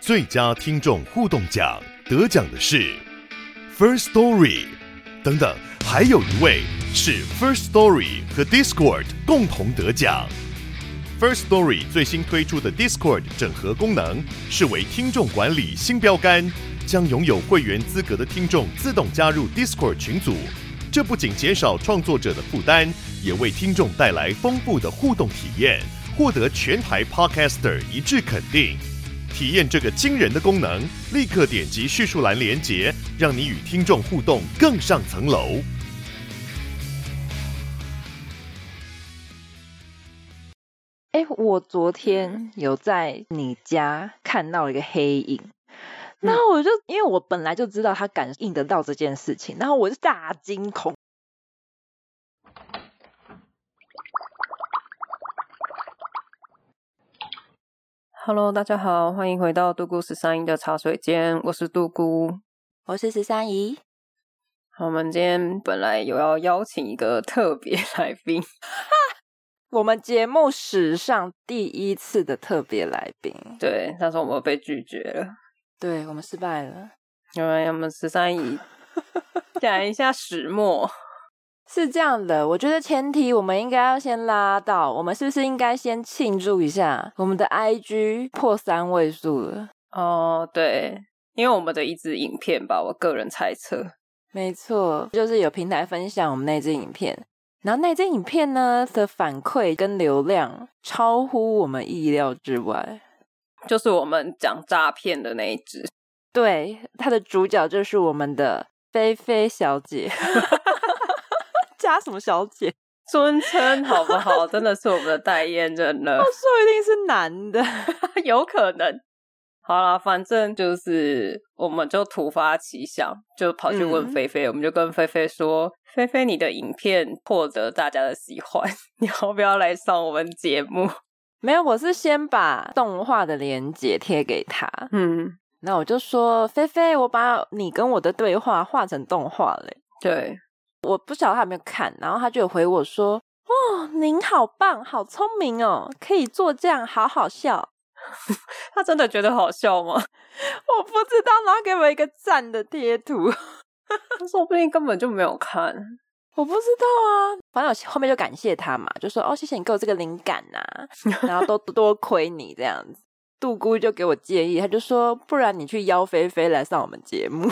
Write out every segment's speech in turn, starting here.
最佳听众互动奖得奖的是 First Story， 等等，还有一位是 First Story 和 Discord 共同得奖。First Story 最新推出的 Discord 整合功能，是为听众管理新标杆，将拥有会员资格的听众自动加入 Discord 群组。这不仅减少创作者的负担，也为听众带来丰富的互动体验，获得全台 Podcaster 一致肯定。体验这个惊人的功能，立刻点击叙述栏连结，让你与听众互动更上层楼。 我昨天有在你家看到一个黑影，然后我就因为我本来就知道他感应得到这件事情，然后我就大惊恐。 Hello， 大家好，欢迎回到杜姑13姨的茶水间，我是杜姑， 我是13姨。 我们今天本来有要邀请一个特别来宾， 我们节目史上第一次的特别来宾， 对，但是我们被拒绝了， 对，我们失败了。 因为我们13姨讲一下始末。 是这样的，我觉得前提我们应该要先拉到，我们是不是应该先庆祝一下我们的 IG 破3位数了？ 哦，对，因为我们的一支影片吧，我个人猜测。 没错，就是有平台分享我们那支影片，然后那支影片呢的反馈跟流量超乎我们意料之外， 就是我们讲诈骗的那一支。 对，它的主角就是我们的菲菲小姐。加什么小姐？ 尊称好不好？真的是我们的代言人了。 我说一定是男的。 有可能。好啦，反正就是我们就突发奇想，就跑去问菲菲，我们就跟菲菲说，菲菲你的影片获得大家的喜欢，你要不要来上我们节目？ 没有，我是先把动画的连结贴给他，那我就说菲菲，我把你跟我的对话画成动画了。 对， 我不晓得他有没有看，然后他就有回我说，哦，您好棒，好聪明哦，可以做这样，好好笑。 他真的觉得好笑吗？ 我不知道，然后给我一个赞的贴图。 说不定根本就没有看。 我不知道啊，反正我后面就感谢他嘛，就说哦，谢谢你给我这个灵感啊，然后都多亏你这样子。杜姑就给我建议，他就说不然你去邀菲菲来上我们节目。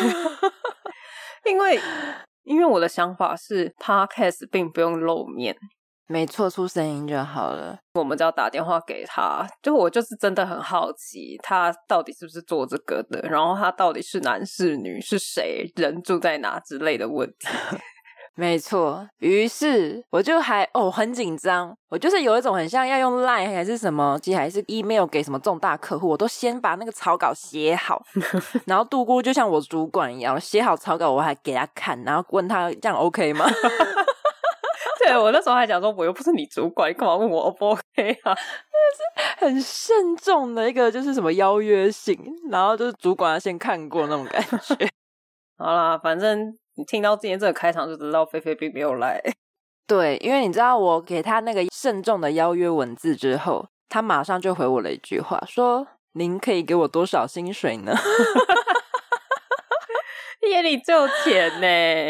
因为我的想法是 Podcast 并不用露面， 没错，出声音就好了。 我们只要打电话给他，我就是真的很好奇他到底是不是做这个的，然后他到底是男是女，是谁，人住在哪之类的问题。 没错，于是我就很紧张，我就是有一种很像要用 LINE 还是什么，其实还是 email 给什么重大客户，我都先把那个草稿写好，然后杜姑就像我主管一样，写好草稿我还给他看，然后问他这样 OK 吗？ 对，我那时候还讲说我又不是你主管，你干嘛问我 O 不 OK 啊？ 就是很慎重的一个就是什么邀约信，然后就是主管先看过那种感觉。 好啦，反正你听到今天这个开场就知道菲菲并没有来。 对，因为你知道我给他那个慎重的邀约文字之后，他马上就回我了一句话，说您可以给我多少薪水呢？ 眼里只有钱呢。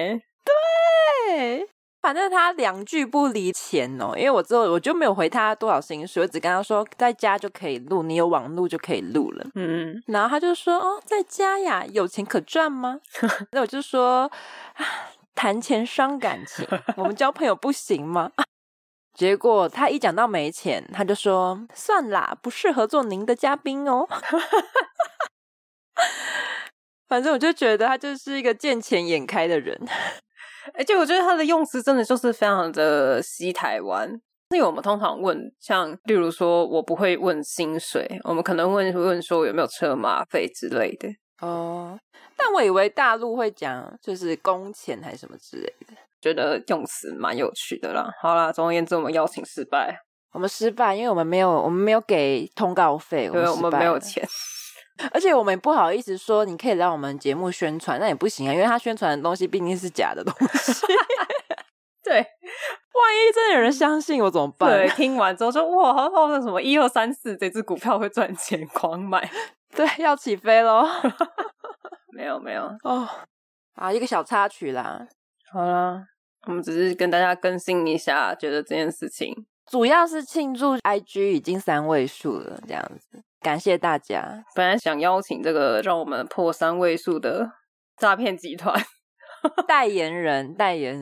对，反正他2句不离钱哦，因为我之后我就没有回他多少薪水，我只跟他说在家就可以录，你有网路就可以录了。然后他就说哦，在家呀，有钱可赚吗？那我就说谈钱伤感情，我们交朋友不行吗？结果他一讲到没钱，他就说算啦，不适合做您的嘉宾哦。反正我就觉得他就是一个见钱眼开的人。 而且我觉得他的用词真的就是非常的西台湾，因为我们通常问像例如说我不会问薪水，我们可能问说有没有车马费之类的。 哦，但我以为大陆会讲就是工钱还是什么之类的， 觉得用词蛮有趣的啦。好啦，总而言之我们邀请失败， 我们失败，因为我们没有给通告费， 对，我们没有钱。 而且我们也不好意思说你可以来我们节目宣传，那也不行啊，因为他宣传的东西毕竟是假的东西。对，万一真的有人相信我怎么办？ 对，听完之后说哇，好好的什么1234这只股票会赚钱，狂买。 对，要起飞咯。 没有哦，好，一个小插曲啦。 好啦，我们只是跟大家更新一下，觉得这件事情主要是庆祝 IG 已经3位数了，这样子，感谢大家。 本来想邀请这个让我们破3位数的诈骗集团代言人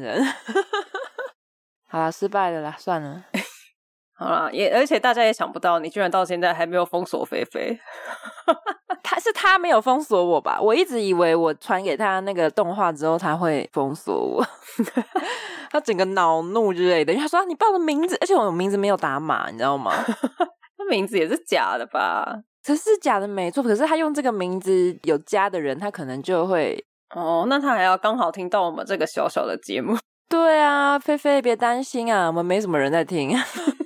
好啦，失败了啦，算了。 好啦，而且大家也想不到你居然到现在还没有封锁菲菲。 他没有封锁我吧？我一直以为我传给他那个动画之后他会封锁我。他整个恼怒之类的，因为他说你报的名字，而且我名字没有打码，你知道吗？ 那名字也是假的吧？ 这是假的没错，可是他用这个名字有加的人他可能就会那他还要刚好听到我们这个小小的节目。 对啊，菲菲别担心啊，我们没什么人在听。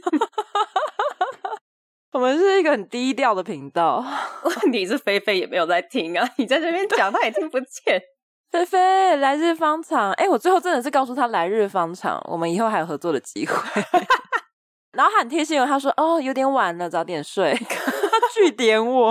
我们是一个很低调的频道。 问题是菲菲也没有在听啊，你在这边讲他也听不见。 菲菲来日方长，我最后真的是告诉他来日方长，我们以后还有合作的机会。然后他很贴心他说有点晚了，早点睡。据点我。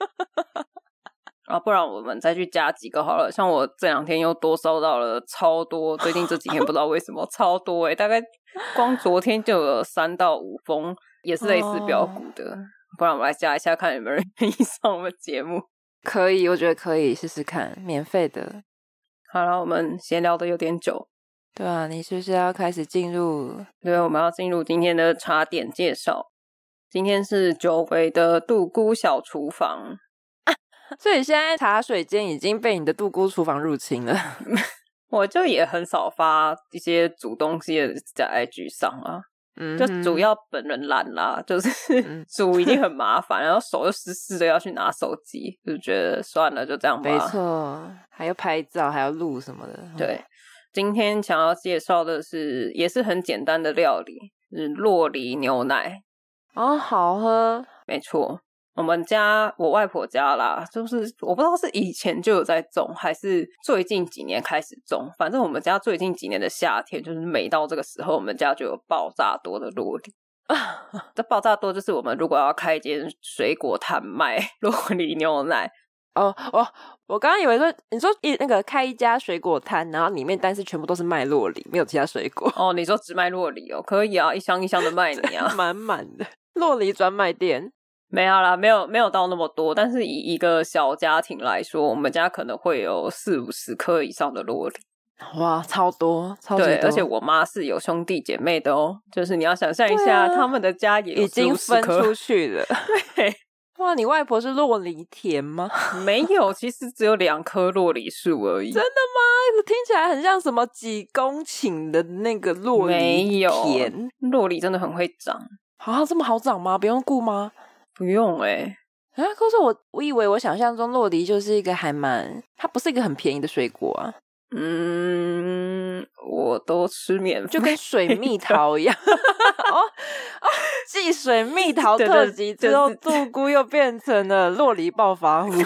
不然我们再去加几个好了。像我这2天又多收到了超多，最近这几天不知道为什么超多大概光昨天就有3到5封，也是类似标股的。不然我们来加一下，看有没有人愿意上我们节目。 可以，我觉得可以试试看，免费的。 好了，我们闲聊的有点久。 对啊，你是不是要开始进入？ 对，我们要进入今天的茶点介绍。今天是久违的杜姑小厨房。 所以现在茶水间已经被你的杜姑厨房入侵了。 我就也很少发一些煮东西的在 IG 上啊。就主要本人懒啦，就是煮已经很麻烦，然后手又湿湿的要去拿手机，就觉得算了，就这样吧。 没错，还要拍照，还要录什么的。 对，今天想要介绍的是也是很简单的料理，是酪梨牛奶。 好喝。 没错，我外婆家啦，就是我不知道是以前就有在种，还是最近几年开始种。反正我们家最近几年的夏天，就是每到这个时候，我们家就有爆炸多的酪梨。这爆炸多就是我们如果要开一间水果摊卖酪梨牛奶。 我刚刚以为说你说那个开一家水果摊，然后里面但是全部都是卖酪梨，没有其他水果。 你说只卖酪梨可以啊，一箱一箱的卖你啊。 满满的酪梨专卖店。 没有啦，没有到那么多，但是以一个小家庭来说，我们家可能会有40-50颗以上的酪梨。 哇，超多，超级多。 对，而且我妈是有兄弟姐妹的就是你要想象一下，他们的家也有已经分出去了。 对， 哇，你外婆是酪梨田吗？ 没有，其实只有2棵酪梨树而已。 真的吗？听起来很像什么几公顷的那个酪梨田。 没有，酪梨真的很会长。 这么好长吗？不用顾吗？ 不用可是我以为我想象中酪梨就是一个它不是一个很便宜的水果啊。 我都吃免费， 就跟水蜜桃一样。继水蜜桃特辑之后，杜姑又变成了酪梨暴发户。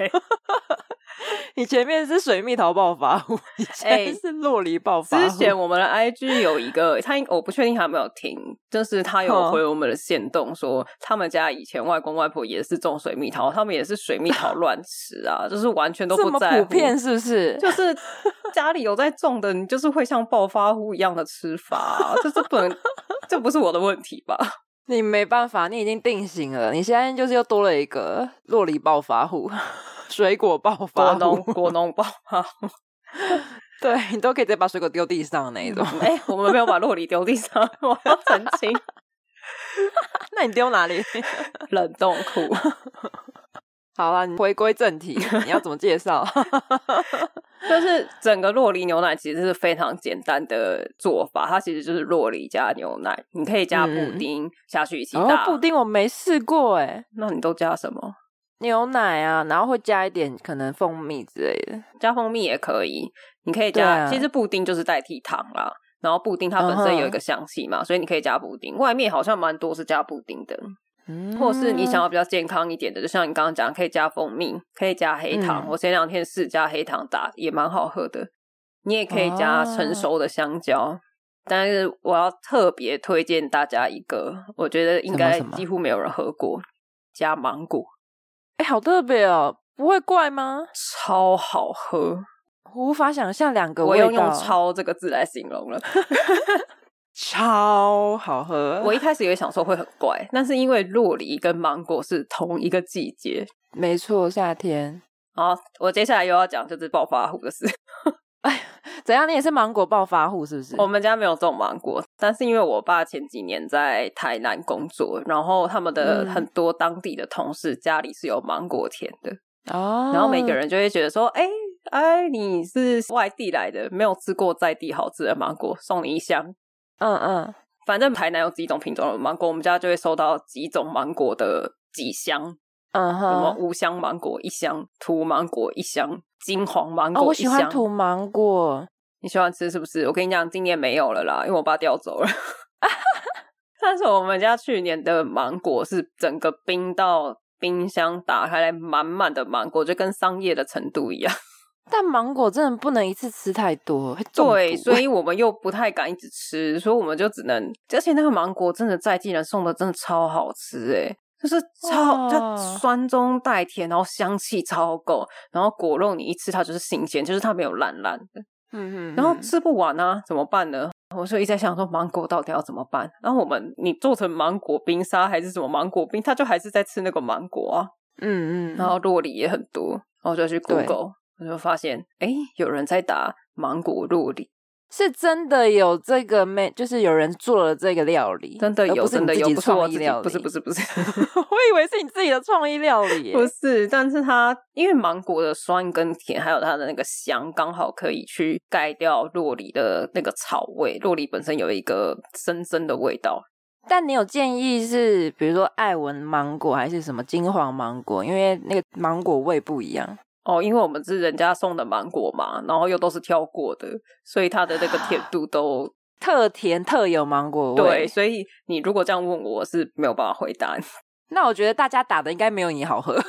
你前面是水蜜桃暴发户，你现在是酪梨暴发户。 之前我们的 IG 有一个我不确定他有没有听，就是他有回我们的限动说他们家以前外公外婆也是种水蜜桃，他们也是水蜜桃乱吃啊。就是完全都不在乎。 这么普遍是不是？ 就是家里有在种的，你就是会像暴发户一样的吃法就是这不是我的问题吧？ 你没办法，你已经定型了，你现在就是又多了一个酪梨暴发户。水果暴发户， 果农暴发户。 对，你都可以直接把水果丢地上的那一种。 我们没有把酪梨丢地上，我要澄清。 那你丢哪里？ 冷冻库。 好啦，你回归正题，你要怎么介绍？ 就是整个酪梨牛奶其实是非常简单的做法，它其实就是酪梨加牛奶，你可以加布丁下去一起打。 布丁我没试过那你都加什么？ 牛奶啊，然后会加一点可能蜂蜜之类的。 加蜂蜜也可以，你可以加其实布丁就是代替糖啦，然后布丁它本身有一个香气嘛，所以你可以加布丁。外面好像蛮多是加布丁的。或是你想要比较健康一点的，就像你刚刚讲可以加蜂蜜，可以加黑糖。我前2天试加黑糖打也蛮好喝的。你也可以加成熟的香蕉。但是我要特别推荐大家一个，我觉得应该几乎没有人喝过，加芒果。 好特别哦，不会怪吗？ 超好喝， 我无法想象2个味道。 我用超这个字来形容了。 超好喝。 我一开始也想说会很怪，但是因为酪梨跟芒果是同一个季节， 没错，夏天。 好，我接下来又要讲就是暴发户的事。 哎，怎样？你也是芒果暴发户是不是？ 我们家没有种芒果，但是因为我爸前几年在台南工作，然后他们的很多当地的同事家里是有芒果田的哦，然后每个人就会觉得说，你是外地来的，没有吃过在地好吃的芒果，送你一箱。反正台南有几种品种的芒果，我们家就会收到几种芒果的几箱。什么五香芒果1箱，土芒果1箱，金黄芒果1箱。我喜欢土芒果。 你喜欢吃是不是？我跟你讲，今年没有了啦，因为我爸调走了。但是我们家去年的芒果是整个冰到冰箱打开来满满的芒果，就跟桑叶的程度一样。 但芒果真的不能一次吃太多，会中毒。 对，所以我们又不太敢一直吃，所以我们就只能，而且那个芒果真的在地人送的真的超好吃就是它酸中带甜，然后香气超够，然后果肉你一吃它就是新鲜，就是它没有烂烂的。然后吃不完啊，怎么办呢？我就一直在想说芒果到底要怎么办，然后你做成芒果冰沙还是什么芒果冰，它就还是在吃那个芒果啊。然后酪梨也很多，然后我就去 Google， 我就发现有人在打芒果酪梨， 是真的有这个就是有人做了这个料理， 真的有，真的有，不是我自己，不是我以为是你自己的创意料理耶。 不是，但是它因为芒果的酸跟甜还有它的那个香刚好可以去盖掉酪梨的那个草味，酪梨本身有一个深深的味道。 但你有建议是比如说爱文芒果还是什么金黄芒果，因为那个芒果味不一样因为我们是人家送的芒果嘛，然后又都是挑过的，所以它的那个甜度都特甜特有芒果味。 对，所以你如果这样问我是没有办法回答你。 那我觉得大家打的应该没有你好喝。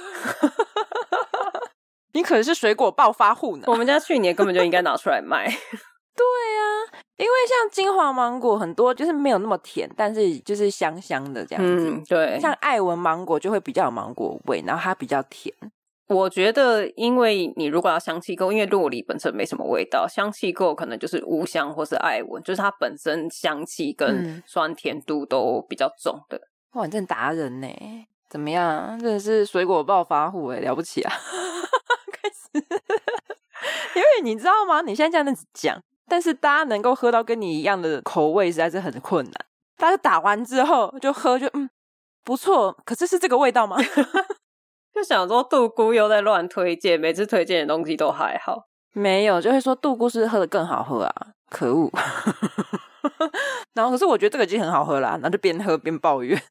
你可能是水果暴发户呢。 我们家去年根本就应该拿出来卖。 对啊，因为像金黄芒果很多就是没有那么甜，但是就是香香的这样子。 对， 像爱文芒果就会比较有芒果味，然后它比较甜。 我觉得因为你如果要香气够，因为酪梨本身没什么味道，香气够可能就是无香或是爱文，就是它本身香气跟酸甜度都比较重的。 哇，你真的达人耶，怎么样？真的是水果暴发户了不起啊。开始因为你知道吗，你现在这样子讲，但是大家能够喝到跟你一样的口味实在是很困难。大家打完之后就喝就不错，可是是这个味道吗？ 就想说杜姑又在乱推荐，每次推荐的东西都还好。 没有，就会说杜姑是喝的更好喝啊，可恶。然后可是我觉得这个已经很好喝啦，然后就边喝边抱怨。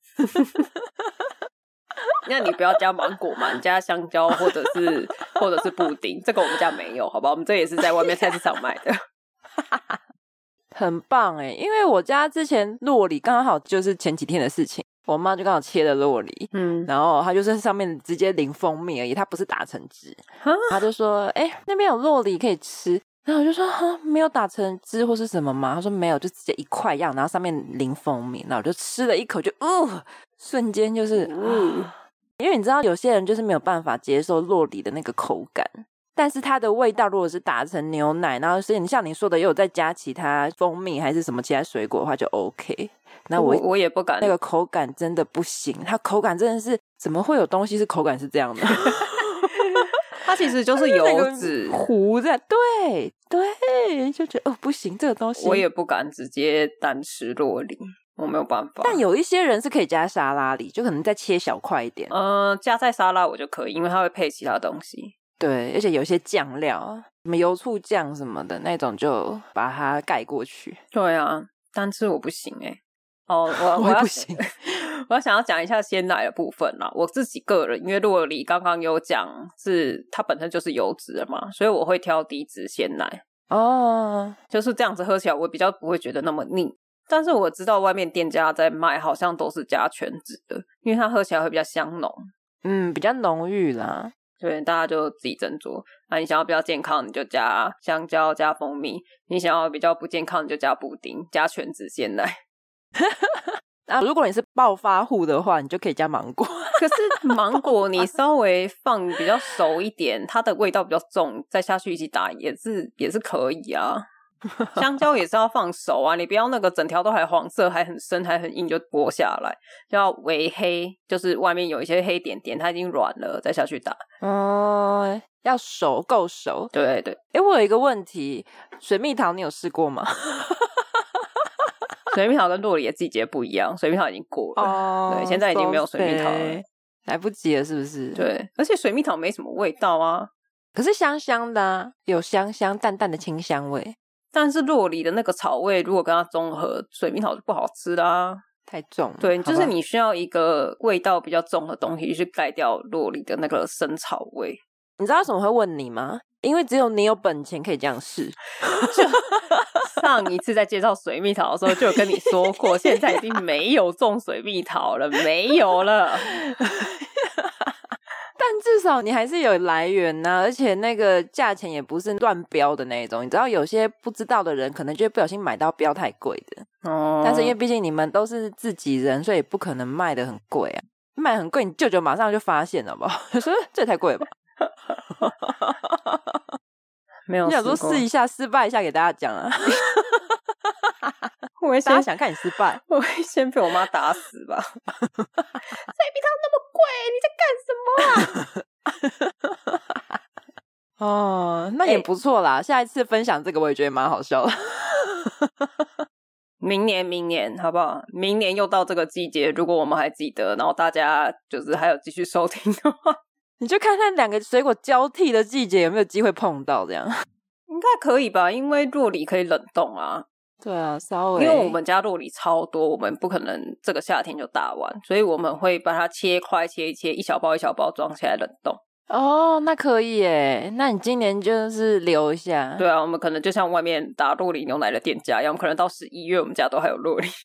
那你不要加芒果嘛，你加香蕉或者是布丁，这个我们家没有，好吧？我们这也是在外面菜市场买的。 很棒耶，因为我家之前酪梨刚好就是前几天的事情，我妈就刚好切了酪梨，然后她就是上面直接淋蜂蜜而已，她不是打成汁。她就说那边有酪梨可以吃，然后我就说没有打成汁或是什么吗？她说没有，就直接一块样，然后上面淋蜂蜜，然后我就吃了一口就瞬间就是因为你知道有些人就是没有办法接受酪梨的那个口感，但是它的味道如果是打成牛奶，然后是像你说的又有再加其他蜂蜜还是什么其他水果的话就 OK。 那我也不敢， 那个口感真的不行，它口感真的是怎么会有东西是口感是这样的？ 它其实就是油脂糊在，对对，就觉得不行，这个东西我也不敢直接单吃酪梨，我没有办法。 但有一些人是可以加沙拉里，就可能再切小块一点。 加在沙拉我就可以，因为它会配其他东西。 对，而且有些酱料，什么油醋酱什么的那种，就把它盖过去。 对啊，单吃我不行我不行。 我想要讲一下鲜奶的部分啦。我自己个人，因为酪梨刚刚有讲是它本身就是油脂的嘛，所以我会挑低脂鲜奶。就是这样子喝起来我比较不会觉得那么腻。但是我知道外面店家在卖好像都是加全脂的，因为它喝起来会比较香浓。 比较浓郁啦。 所以大家就自己斟酌。你想要比较健康你就加香蕉加蜂蜜，你想要比较不健康你就加布丁加全脂鲜奶。 如果你是暴发户的话，你就可以加芒果。 可是芒果你稍微放比较熟一点，它的味道比较重，再下去一起打也是可以啊。香蕉也是要放熟啊，你不要那个整条都还黄色还很深还很硬就剥下来，要微黑，就是外面有一些黑点点它已经软了再下去打。 要熟，够熟。 对对。 我有一个问题，水蜜桃你有试过吗？ 水蜜桃跟酪梨的季节不一样，水蜜桃已经过了。对，现在已经没有水蜜桃了， 来不及了是不是？ 对，而且水蜜桃没什么味道啊， 可是香香的啊，有香香淡淡的清香味。 但是酪梨的那个草味如果跟它综合，水蜜桃就不好吃啦， 太重了。 对，就是你需要一个味道比较重的东西去盖掉酪梨的那个生草味。 你知道为什么会问你吗？因为只有你有本钱可以这样试。 就上一次在介绍水蜜桃的时候就有跟你说过，现在已经没有种水蜜桃了，没有了。 但至少你还是有来源啊，而且那个价钱也不是乱标的那一种。你知道有些不知道的人可能就会不小心买到标太贵的。但是因为毕竟你们都是自己人，所以不可能卖的很贵啊。卖很贵，你舅舅马上就发现了吧？说这也太贵了吧。 没有， 你想说试一下失败一下给大家讲啊。大家想看你失败， 我会先被我妈打死吧。水蜜桃那么贵，你在干什么啊？那也不错啦。下一次分享这个我也觉得蛮好笑的。 明年好不好？明年又到这个季节，如果我们还记得，然后大家就是还有继续收听的话， 你就看看两个水果交替的季节有没有机会碰到，这样应该可以吧？因为酪梨可以冷冻啊。 对啊，稍微， 因为我们家酪梨超多，我们不可能这个夏天就打完，所以我们会把它切块切一切，一小包一小包装起来冷冻。 那可以耶。那你今年就是留一下。 对啊，我们可能就像外面打酪梨牛奶的店家一样，我们可能到11月我们家都还有酪梨。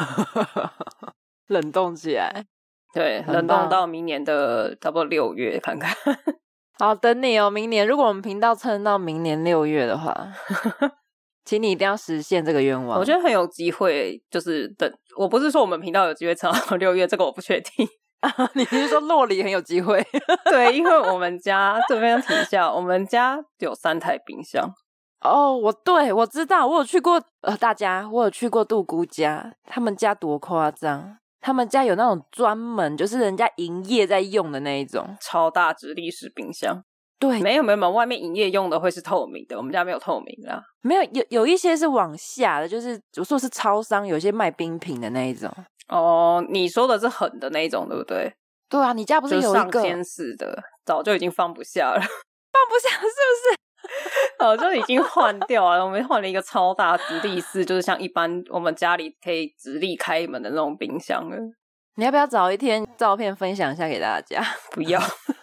冷冻起来。 对，冷冻到明年的差不多6月看看。 好，等你哦。明年如果我们频道撑到明年6月的话，请你一定要实现这个愿望。 我觉得很有机会，就是等，我不是说我们频道有机会撑到6月，这个我不确定。 你是说酪梨很有机会？ 对，因为我们家这边提一下，我们家有3台冰箱。 我知道，我有去过我有去过杜姑家，他们家多夸张。他们家有那种专门就是人家营业在用的那一种超大直立式冰箱。 对， 没有，外面营业用的会是透明的，我们家没有透明啦。 没有一些是往下的，就是我说是超商有些卖冰品的那一种。 你说的是狠的那一种对不对？ 对啊，你家不是有一个上掀式的，早就已经放不下了。 放不下是不是？ 早就已经换掉了，我们换了一个超大直立式，就是像一般我们家里可以直立开门的那种冰箱了。 你要不要找一天照片分享一下给大家？ 不要。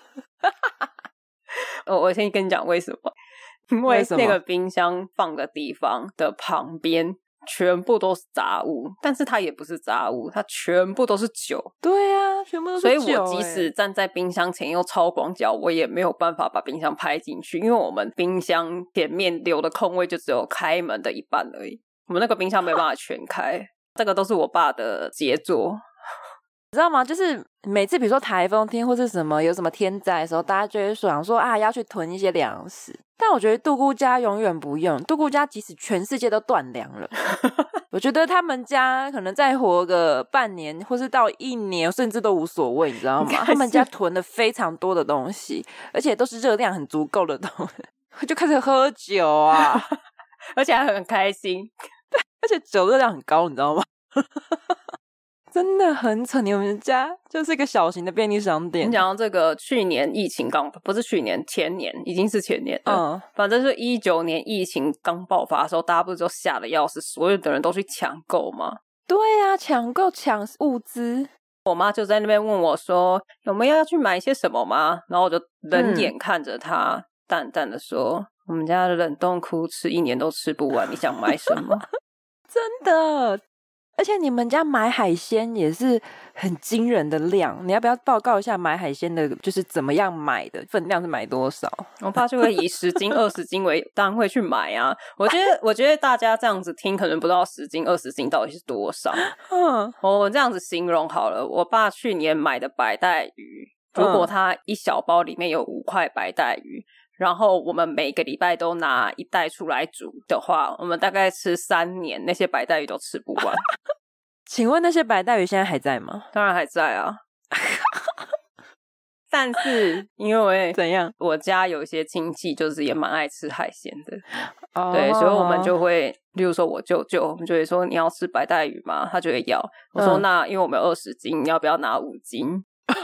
我先跟你讲为什么，因为那个冰箱放的地方的旁边全部都是杂物，但是它也不是杂物，它全部都是酒。 对啊，全部都是酒。 所以我即使站在冰箱前用超广角，我也没有办法把冰箱拍进去，因为我们冰箱前面留的空位就只有开门的一半而已，我们那个冰箱没办法全开。这个都是我爸的杰作。 你知道吗？就是每次比如说台风天或是什么有什么天灾的时候，大家就会想说要去囤一些粮食。但我觉得杜姑家永远不用，杜姑家即使全世界都断粮了，我觉得他们家可能再活个半年或是到1年甚至都无所谓，你知道吗？他们家囤了非常多的东西，而且都是热量很足够的东西，就开始喝酒啊。 而且还很开心。 对，而且酒热量很高，你知道吗？真的很扯，你们家就是一个小型的便利商店。 你讲到这个，去年疫情不是去年，前年已经是前年了。反正是19年疫情刚爆发的时候，大家不是都吓得要死，所有的人都去抢购吗？ 对啊，抢购抢物资。 我妈就在那边问我说有没有要去买些什么吗？然后我就冷眼看着她，淡淡的说我们家的冷冻库吃1年都吃不完，你想买什么？ 真的。 而且你们家买海鲜也是很惊人的量，你要不要报告一下买海鲜的就是怎么样买的，分量是买多少？ 我爸就会以10斤20斤为单位去买啊。我觉得大家这样子听可能不知道10斤20斤到底是多少。我这样子形容好了，我爸去年买的白带鱼，如果他一小包里面有5块白带鱼，然后我们每个礼拜都拿1袋出来煮的话，我们大概吃3年，那些白带鱼都吃不完。 请问那些白带鱼现在还在吗？ 当然还在啊。但是因为怎样， 我家有一些亲戚就是也蛮爱吃海鲜的，对，所以我们就会，例如说我舅舅，我们就会说你要吃白带鱼吗？他就会要。我说那因为我们有20斤，你要不要拿5斤？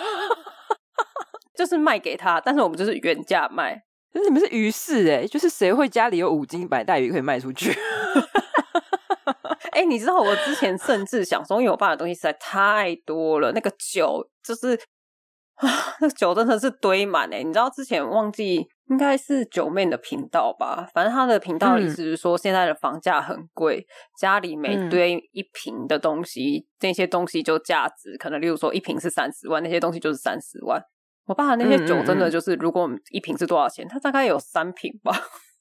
就是卖给他，但是我们就是原价卖。 可是你们是鱼市就是谁会家里有5斤白带鱼可以卖出去？ 你知道我之前甚至想说，因为我爸的东西实在太多了，那个酒就是那个酒真的是堆满你知道之前忘记应该是九妹的频道吧，反正他的频道里是说现在的房价很贵，家里每堆1瓶的东西，那些东西就价值可能例如说1瓶是30万，那些东西就是30万。我爸的那些酒真的就是如果1瓶是多少钱，他大概有3瓶吧。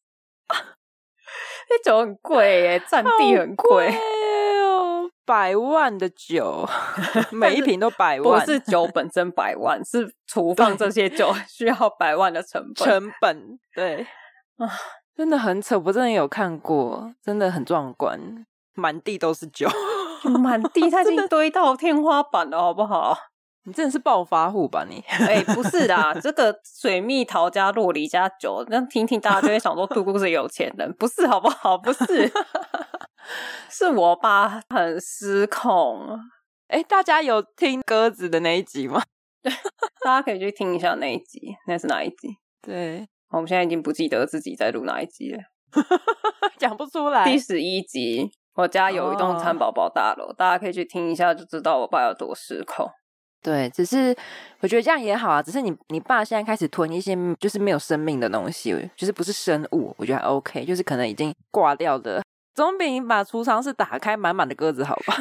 那酒很贵占地很贵哦，100万的酒，每一瓶都100万， 不是酒本身100万，是储放这些酒需要100万的成本，对真的很扯，我真的有看过，真的很壮观，满地都是酒， 满地，它已经堆到天花板了，好不好？ 你真的是暴发户吧你？ 不是啦，这个水蜜桃加酪梨加酒，那听听大家就会想说杜姑是有钱人，不是好不好？不是，是我爸很失控。 大家有听鸽子的那一集吗？ 大家可以去听一下那一集，那是哪一集？ 对， 我们现在已经不记得自己在录哪一集了， 讲不出来。 第11集，我家有一栋蚕宝宝大楼，大家可以去听一下，就知道我爸有多失控。 对，只是我觉得这样也好啊，只是你爸现在开始囤一些就是没有生命的东西，就是不是生物，我觉得还 OK， 就是可能已经挂掉的，总比你把储藏室打开满满的鸽子好吧？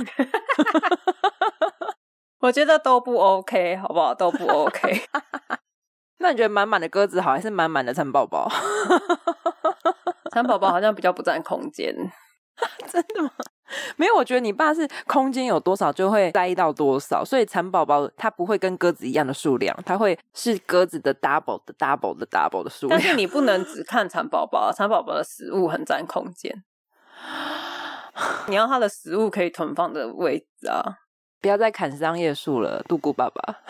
我觉得都不 OK， 好不好？都不 OK。 那你觉得满满的鸽子好，还是满满的蚕宝宝？ 蚕宝宝好像比较不占空间。 真的吗？没有，我觉得你爸是空间有多少就会塞到多少，所以蚕宝宝它不会跟鸽子一样的数量，它会是鸽子的 double 的 double 的 double 的数量。 但是你不能只看蚕宝宝，蚕宝宝的食物很占空间，你要它的食物可以囤放的位置啊！ 不要再砍商业树了，杜姑爸爸。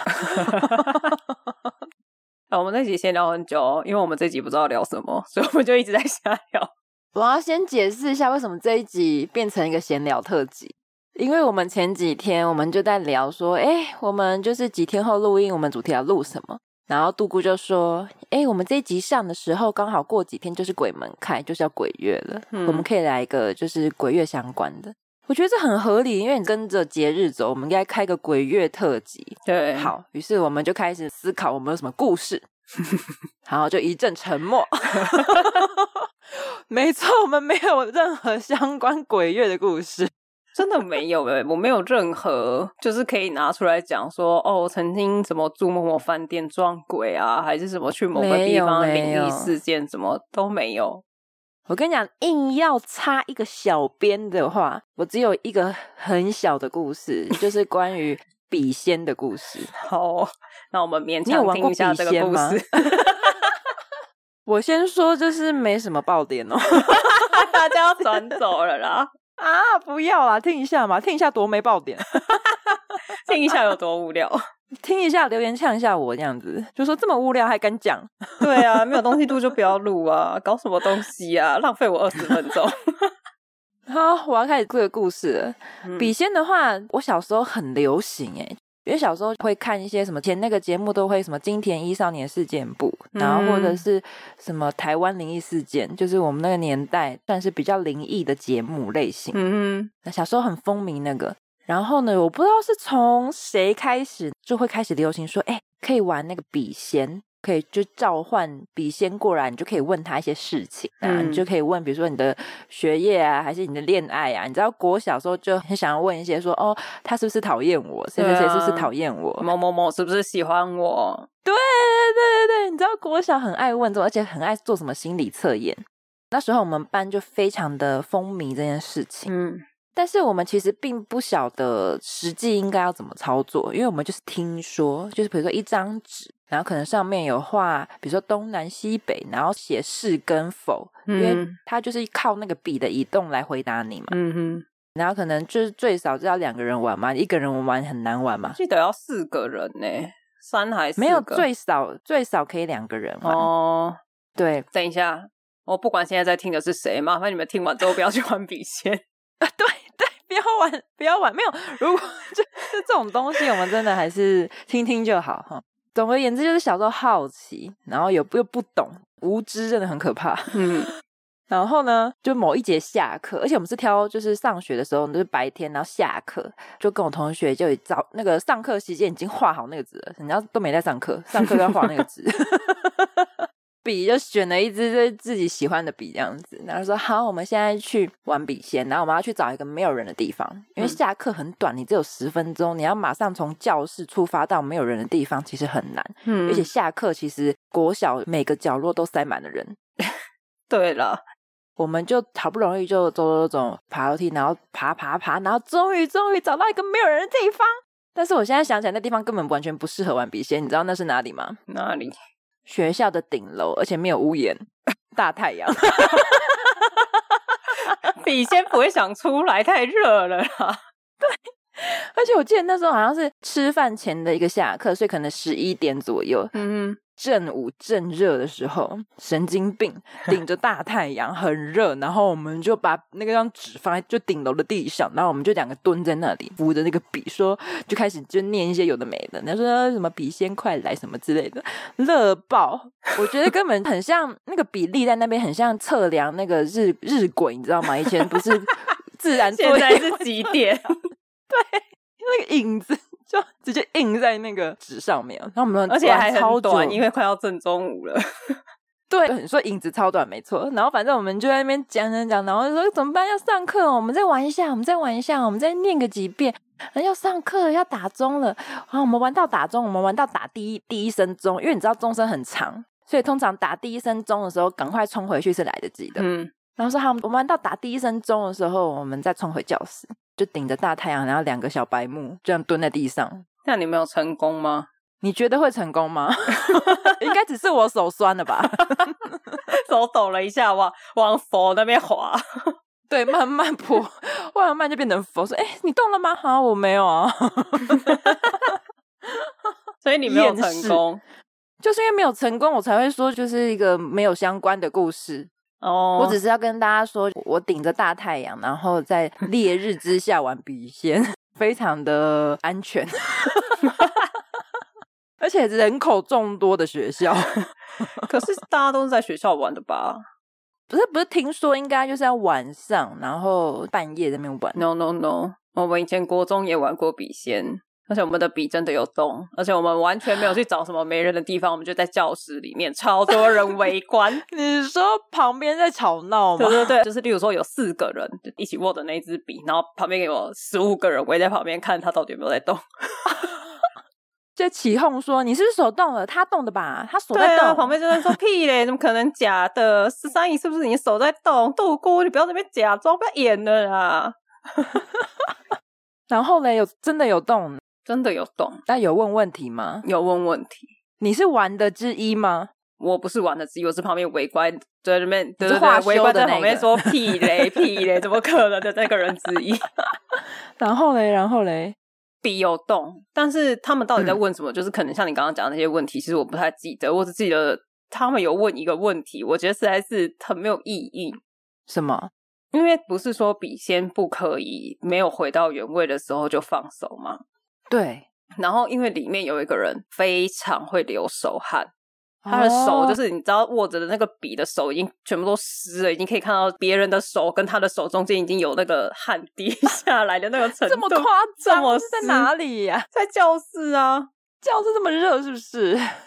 我们这集先聊很久因为我们这集不知道聊什么，所以我们就一直在瞎聊。 我要先解释一下为什么这一集变成一个闲聊特辑，因为我们前几天我们就在聊说我们就是几天后录音，我们主题要录什么，然后杜姑就说我们这一集上的时候刚好过几天就是鬼门开，就是要鬼月了，我们可以来一个就是鬼月相关的。我觉得这很合理，因为你跟着节日走，我们应该开个鬼月特辑。 对， 好，于是我们就开始思考我们有什么故事。然后就一阵沉默。没错，我们没有任何相关鬼月的故事， 真的没有我没有任何就是可以拿出来讲说我曾经怎么住某某饭店撞鬼啊，还是什么去某个地方灵异事件，什么都没有。 我跟你讲，硬要插一个小边的话，我只有一个很小的故事，就是关于笔仙的故事。 好，那我们勉强听一下这个故事。 我先说，就是没什么爆点大家要转走了啦。 啊，不要啦，听一下嘛，听一下多没爆点。 听一下有多无聊。 听一下留言呛一下我这样子，就说这么无聊还敢讲。 对啊，没有东西录就不要录啊，搞什么东西啊，浪费我20分钟。 好，我要开始这个故事了。笔仙的话我小时候很流行因为小时候会看一些什么前那个节目都会什么金田一少年事件簿，然后或者是什么台湾灵异事件，就是我们那个年代算是比较灵异的节目类型。那小时候很风靡那个，然后呢我不知道是从谁开始就会开始流行说可以玩那个笔仙， 可以就召唤笔仙过来，你就可以问他一些事情啊，你就可以问比如说你的学业啊，还是你的恋爱啊。你知道国小时候就很想要问一些说他是不是讨厌我，谁谁谁是不是讨厌我， 某某某是不是喜欢我。 对对对对，你知道国小很爱问这种，而且很爱做什么心理测验。那时候我们班就非常的风靡这件事情，但是我们其实并不晓得实际应该要怎么操作，因为我们就是听说，就是比如说一张纸，然后可能上面有画比如说东南西北，然后写是跟否，因为它就是靠那个笔的移动来回答你嘛。然后可能就是最少就要2个人玩嘛，一个人玩很难玩嘛， 记得要4个人呢，3还是4个？ 没有，最少可以2个人玩。对， 等一下，我不管现在在听的是谁，麻烦你们听完之后不要去玩笔仙。 对对，不要玩，没有，如果就这种东西我们真的还是听听就好哈。总而言之就是小时候好奇，然后又不懂，无知真的很可怕。然后呢就某一节下课，而且我们是挑就是上学的时候就是白天，然后下课就跟我同学就找那个上课期间已经画好那个纸了，人家都没在上课都要画那个纸。笔就选了一支就是自己喜欢的笔这样子，然后说好我们现在去玩笔仙，然后我们要去找一个没有人的地方，因为下课很短，你只有10分钟，你要马上从教室出发到没有人的地方其实很难。而且下课其实国小每个角落都塞满了人。 对了， 我们就好不容易就走爬楼梯，然后爬，然后终于找到一个没有人的地方。但是我现在想起来那地方根本完全不适合玩笔仙，你知道那是哪里吗？ 哪里？ 学校的顶楼，而且没有屋檐，大太阳。 笔仙不会想出来，太热了啦。 对，而且我记得那时候好像是吃饭前的一个下课，所以可能11点左右。正午正热的时候，神经病，顶着大太阳很热，然后我们就把那个张纸放在就顶楼的地上，然后我们就2个蹲在那里扶着那个笔说，就开始就念一些有的没的，他说什么笔仙快来什么之类的，热爆。我觉得根本很像那个笔立在那边，很像测量那个日晷，你知道吗？以前不是自然作业现在是几点？ 对，那个影子就直接印在那个纸上面，然后我们而且还很短，因为快要正中午了。 对，你说影子超短没错。然后反正我们就在那边讲，然后就说怎么办？要上课哦，我们再玩一下，我们再念个几遍。要上课，要打钟了。然后我们玩到打钟，我们玩到打第一声钟，因为你知道钟声很长，所以通常打第1声钟的时候，赶快冲回去是来得及的。然后说好，我们玩到打第1声钟的时候，我们再冲回教室。就顶着大太阳，然后2个小白目这样蹲在地上。 那你没有成功吗？ 你觉得会成功吗？应该只是我手酸了吧。 手抖了一下，往佛那边滑。 对，慢慢泼，慢慢就变成佛说你动了吗？好，我没有啊。 所以你没有成功， 就是因为没有成功我才会说就是一个没有相关的故事。我只是要跟大家说，我顶着大太阳，然后在烈日之下玩笔仙，非常的安全。而且人口众多的学校。 可是大家都是在学校玩的吧？ 不是听说应该就是要晚上，然后半夜在那边玩。 No， 我们以前国中也玩过笔仙，而且我们的笔真的有动，而且我们完全没有去找什么没人的地方，我们就在教室里面，超多人围观。 你说旁边在吵闹吗？ 对，就是例如说有4个人一起握着那一支笔，然后旁边有15个人围在旁边看他到底有没有在动。 就起哄说你是不是手动了？他动的吧，他手在动。 对啊，旁边就在说屁嘞，怎么可能假的？13姨是不是你手在动？杜姑，你不要在那边假装，不要演了啦。 然后呢，真的有动？ 真的有动。 那有问问题吗？ 有问问题。 你是玩的之一吗？ 我不是玩的之一，我是旁边围观在那边，对， 围观在旁边说屁嘞，怎么可能的那个人之一。 然后嘞， 笔有动，但是他们到底在问什么？就是可能像你刚刚讲的那些问题，其实我不太记得，我只记得他们有问一个问题，我觉得实在是很没有意义。 什么？ 因为不是说笔仙不可以没有回到原位的时候就放手吗？ 对。 然后因为里面有一个人非常会流手汗，他的手就是你知道握着的那个笔的手已经全部都湿了，已经可以看到别人的手跟他的手中间已经有那个汗滴下来的那个程度。 这么夸张？是在哪里呀？ 在教室啊。 教室这么热是不是？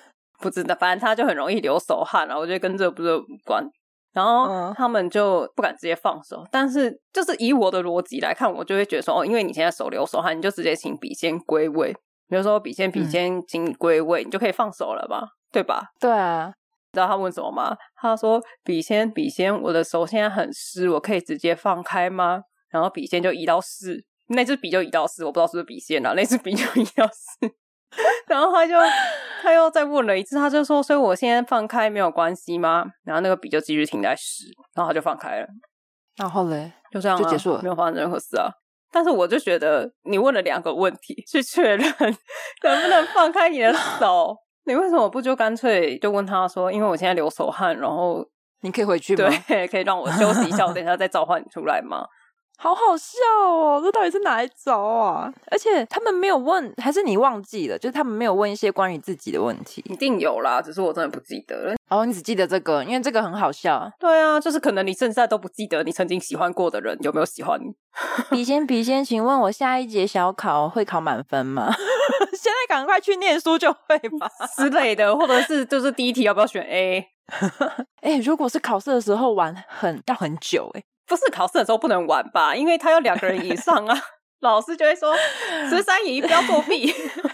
不知道，反正他就很容易流手汗啊，我觉得跟这不是无关。然后他们就不敢直接放手，但是就是以我的逻辑来看，我就会觉得说因为你现在手流手汗，你就直接请笔仙归位，比如说笔仙请你归位，你就可以放手了吧，对吧？ 对啊。 知道他问什么吗？他说笔仙，我的手现在很湿，我可以直接放开吗？然后笔仙就移到4，那支笔就移到4，我不知道是不是笔仙啊，那支笔就移到4。然后他又再问了一次，他就说所以我现在放开没有关系吗？然后那个笔就继续停在10，然后他就放开了。 然后嘞就这样就结束了， 没有发生任何事啊。但是我就觉得你问了2个问题去确认能不能放开你的手，你为什么不就干脆就问他说因为我现在流手汗，然后你可以回去吗？ 对，可以让我休息一下，我等一下再召唤你出来吗？ 好好笑哦，这到底是哪一招啊？而且他们没有问，还是你忘记了？就是他们没有问一些关于自己的问题。 一定有啦，只是我真的不记得了。 哦，你只记得这个，因为这个很好笑。 对啊，就是可能你现在都不记得你曾经喜欢过的人有没有喜欢你。 笔仙，请问我下一节小考会考满分吗？现在赶快去念书就会吧之类的，或者是就是第一题要不要选 A？ 如果是考试的时候玩要很久不是考试的时候不能玩吧，因为他要2个人以上啊。老师就会说13乙不要作弊。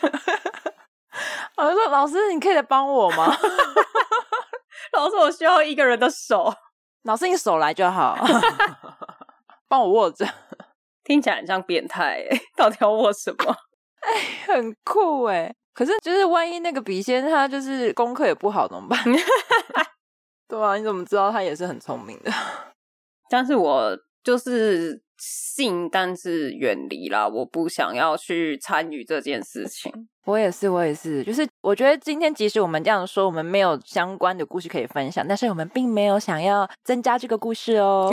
我就说老师你可以来帮我吗？ 老师我需要1个人的手。 老师你手来就好。帮我握着。 听起来很像变态到底要握什么？ 很酷可是就是万一那个笔仙他就是功课也不好怎么办？对啊，你怎么知道他也是很聪明的？ 但是我就是信，但是远离啦，我不想要去参与这件事情。 我也是，就是我觉得今天即使我们这样说，我们没有相关的故事可以分享，但是我们并没有想要增加这个故事哦。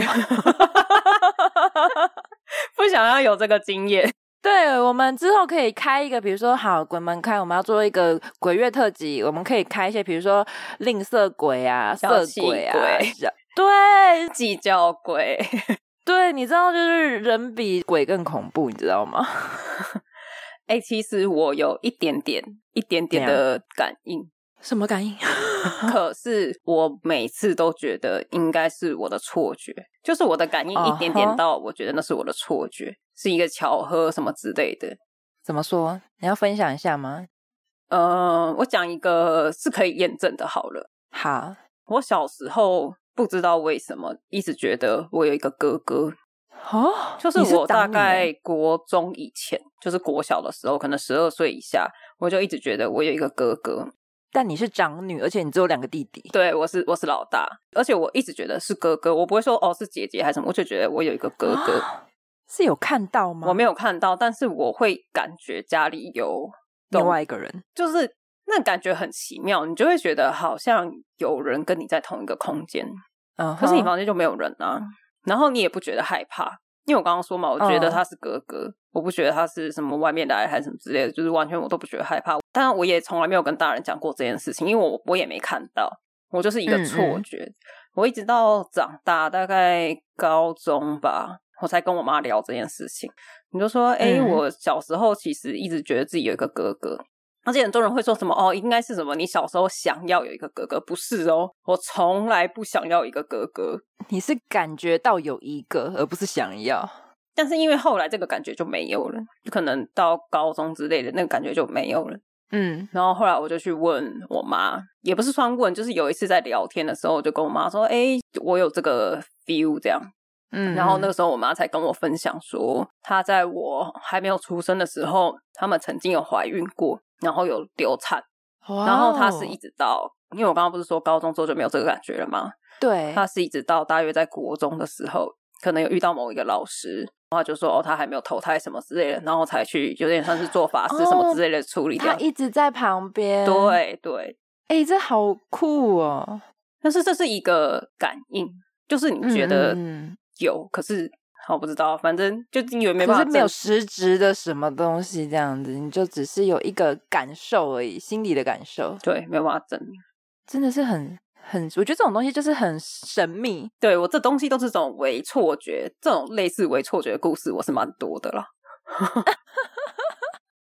不想要有这个经验。 对，我们之后可以开一个，比如说好鬼门开，我们要做一个鬼月特辑，我们可以开一些比如说吝啬鬼啊、色鬼啊，对， 计较鬼。 对，你知道就是人比鬼更恐怖，你知道吗？ 其实我有一点点的感应。 什么感应？ 可是我每次都觉得应该是我的错觉，就是我的感应一点点到我觉得那是我的错觉，是一个巧合什么之类的。 怎么说？你要分享一下吗？ 我讲一个是可以验证的好了。 好， 我小时候不知道为什么一直觉得我有一个哥哥。就是我大概国中以前，就是国小的时候，可能12岁以下，我就一直觉得我有一个哥哥。 但你是长女，而且你只有2个弟弟。 对，我是老大，而且我一直觉得是哥哥，我不会说是姐姐还是什么，我就觉得我有一个哥哥。 是有看到吗？ 我没有看到，但是我会感觉家里有另外一个人， 就是那感觉很奇妙，你就会觉得好像有人跟你在同一个空间。可是你房间就没有人啊，然后你也不觉得害怕，因为我刚刚说嘛，我觉得他是哥哥，我不觉得他是什么外面来还是什么之类的，就是完全我都不觉得害怕。但我也从来没有跟大人讲过这件事情，因为我也没看到，我就是一个错觉。我一直到长大大概高中吧，我才跟我妈聊这件事情。你就说我小时候其实一直觉得自己有一个哥哥，而且很多人会说什么应该是什么你小时候想要有一个哥哥，不是我从来不想要一个哥哥。 你是感觉到有一个而不是想要， 但是因为后来这个感觉就没有了，就可能到高中之类的那个感觉就没有了。然后后来我就去问我妈，也不是算问，就是有一次在聊天的时候我就跟我妈说我有这个 feel 这样。然后那个时候我妈才跟我分享说，她在我还没有出生的时候，他们曾经有怀孕过，然后有流产。然后她是一直到，因为我刚刚不是说高中之后就没有这个感觉了吗？ 对， 她是一直到大约在国中的时候，可能有遇到某一个老师，然后就说他还没有投胎什么之类的，然后才去有点像是做法事什么之类的处理掉。 他一直在旁边。 对对， 这好酷哦！ 但是这是一个感应，就是你觉得有，可是我不知道，反正就因为没办法， 可是没有实质的什么东西这样子，你就只是有一个感受而已，心理的感受。 对，没有办法证明， 真的是很，我觉得这种东西就是很神秘。 对，我这东西都是这种伪错觉，这种类似伪错觉的故事我是蛮多的啦。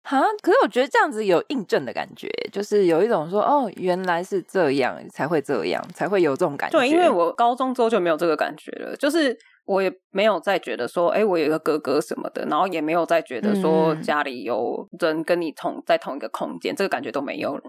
哈，可是我觉得这样子有印证的感觉，就是有一种说哦，原来是这样才会这样，才会有这种感觉。 对，因为我高中之后就没有这个感觉了，就是我也没有再觉得说我有一个哥哥什么的，然后也没有再觉得说家里有人跟你在同一个空间，这个感觉都没有了。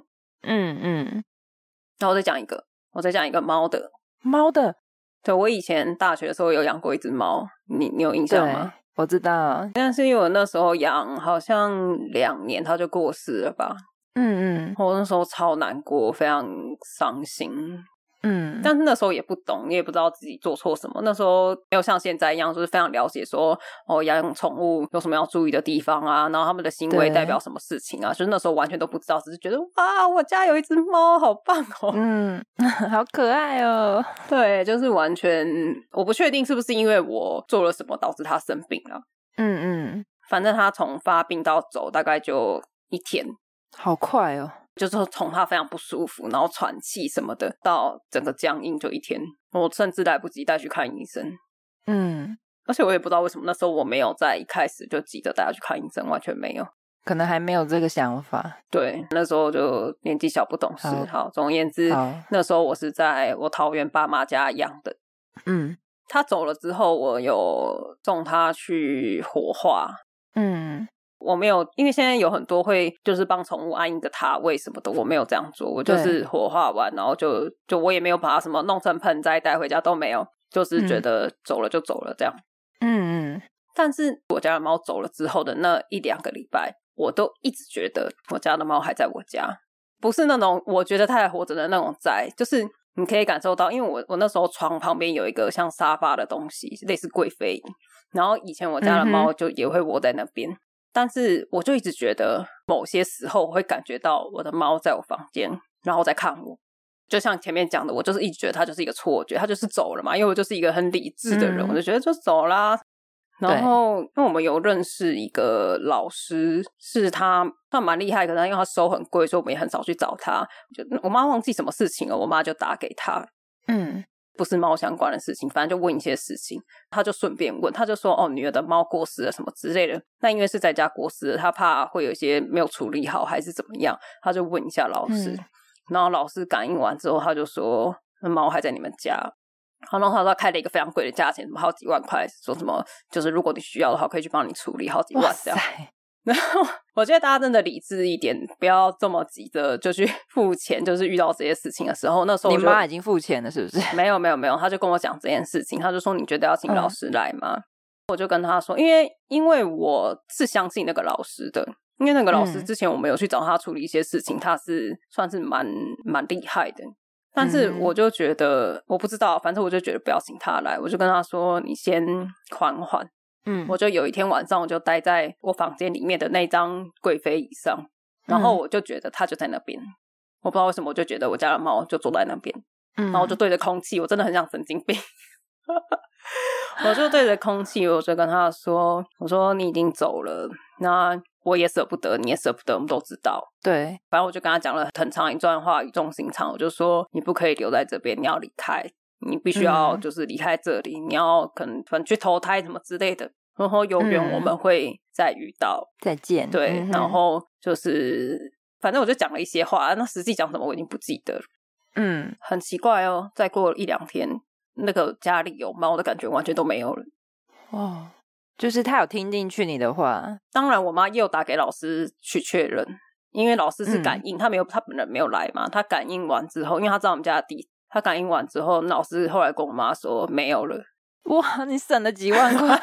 然后我再讲一个猫的。对，我以前大学的时候有养过一只猫，你有印象吗？ 我知道， 但是因为我那时候养好像2年它就过世了吧。我那时候超难过，非常伤心。但是那时候也不懂，也不知道自己做错什么。那时候没有像现在一样，就是非常了解说养宠物有什么要注意的地方啊，然后他们的行为代表什么事情啊，就是那时候完全都不知道，只是觉得哇，我家有一只猫，好棒哦。 好可爱哦。 对，就是完全我不确定是不是因为我做了什么导致它生病了。反正它从发病到走大概就1天， 好快哦。 就是从他非常不舒服，然后喘气什么的，到整个僵硬就1天，我甚至来不及带去看医生。而且我也不知道为什么那时候我没有在一开始就急着带他去看医生，完全没有， 可能还没有这个想法。 对，那时候就年纪小不懂事。好，总而言之，那时候我是在我桃园爸妈家养的。他走了之后，我有送他去火化。我没有，因为现在有很多会就是帮宠物安一个塔位什么的，我没有这样做，我就是火化完，然后就我也没有把它什么弄成盆栽带回家，都没有，就是觉得走了就走了这样。但是我家的猫走了之后的那1-2个礼拜，我都一直觉得我家的猫还在我家，不是那种我觉得它还活着的那种在，就是你可以感受到，因为我那时候床旁边有一个像沙发的东西，类似贵妃椅，然后以前我家的猫就也会窝在那边。但是我就一直觉得某些时候我会感觉到我的猫在我房间然后在看我，就像前面讲的，我就是一直觉得它就是一个错觉，它就是走了嘛，因为我就是一个很理智的人，我就觉得就走啦。然后因为我们有认识一个老师，是他蛮厉害，可是因为他收很贵，所以我们也很少去找他，就我妈忘记什么事情了，我妈就打给他，不是猫相关的事情，反正就问一些事情，他就顺便问，他就说女儿的猫过世了什么之类的，那因为是在家过世了，他怕会有一些没有处理好还是怎么样，他就问一下老师，然后老师感应完之后他就说猫还在你们家，然后他开了一个非常贵的价钱，什么好几万块，说什么就是如果你需要的话可以去帮你处理好几万这样。然后我觉得大家真的理智一点，不要这么急着就去付钱，就是遇到这些事情的时候，那时候你妈已经付钱了是不是？ 没有，他就跟我讲这件事情，他就说你觉得要请老师来吗？我就跟他说因为我是相信那个老师的，因为那个老师之前我们有去找他处理一些事情，他是算是蛮厉害的，但是我就觉得我不知道，反正我就觉得不要请他来，我就跟他说你先缓缓。我就有一天晚上我就待在我房间里面的那张贵妃椅上，然后我就觉得他就在那边，我不知道为什么我就觉得我家的猫就坐在那边，然后我就对着空气，我真的很像神经病我就对着空气，我就跟他说，我说你已经走了，那我也舍不得，你也舍不得，我们都知道。 对， 反正我就跟他讲了很长一段话，语重心长，我就说你不可以留在这边，你要离开，你必须要就是离开这里，你要可能去投胎什么之类的，然后有缘我们会再遇到， 再见。 对，然后就是反正我就讲了一些话，那实际讲什么我已经不记得了。很奇怪哦，再过1-2天那个家里有猫的感觉完全都没有了。 就是他有听进去你的话。 当然我妈也有打给老师去确认，因为老师是感应，他本人没有来嘛，他感应完之后，因为他知道我们家的地，他感应完之后，老师后来跟我妈说没有了。 哇，你省了几万块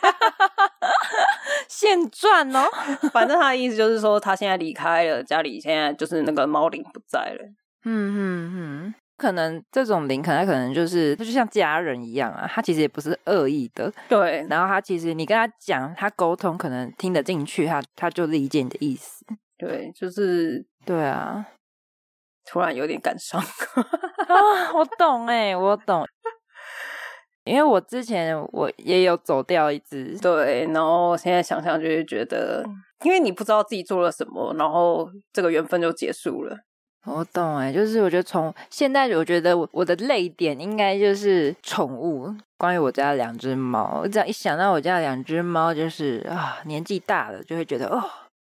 现赚哦反正他的意思就是说他现在离开了，家里现在就是那个猫灵不在了。 可能这种灵可能就是像家人一样啊，他其实也不是恶意的。 对， 然后他其实你跟他讲，他沟通可能听得进去，他就理解你的意思。 对，就是对啊， 突然有点感伤我懂我懂。因为我之前我也有走掉一只， 对，然后现在想想就会觉得，因为你不知道自己做了什么，然后这个缘分就结束了。 我懂就是我觉得从现在我觉得我的泪点应该就是宠物，关于我家的2只猫，我只要一想到我家的2只猫，就是年纪大了就会觉得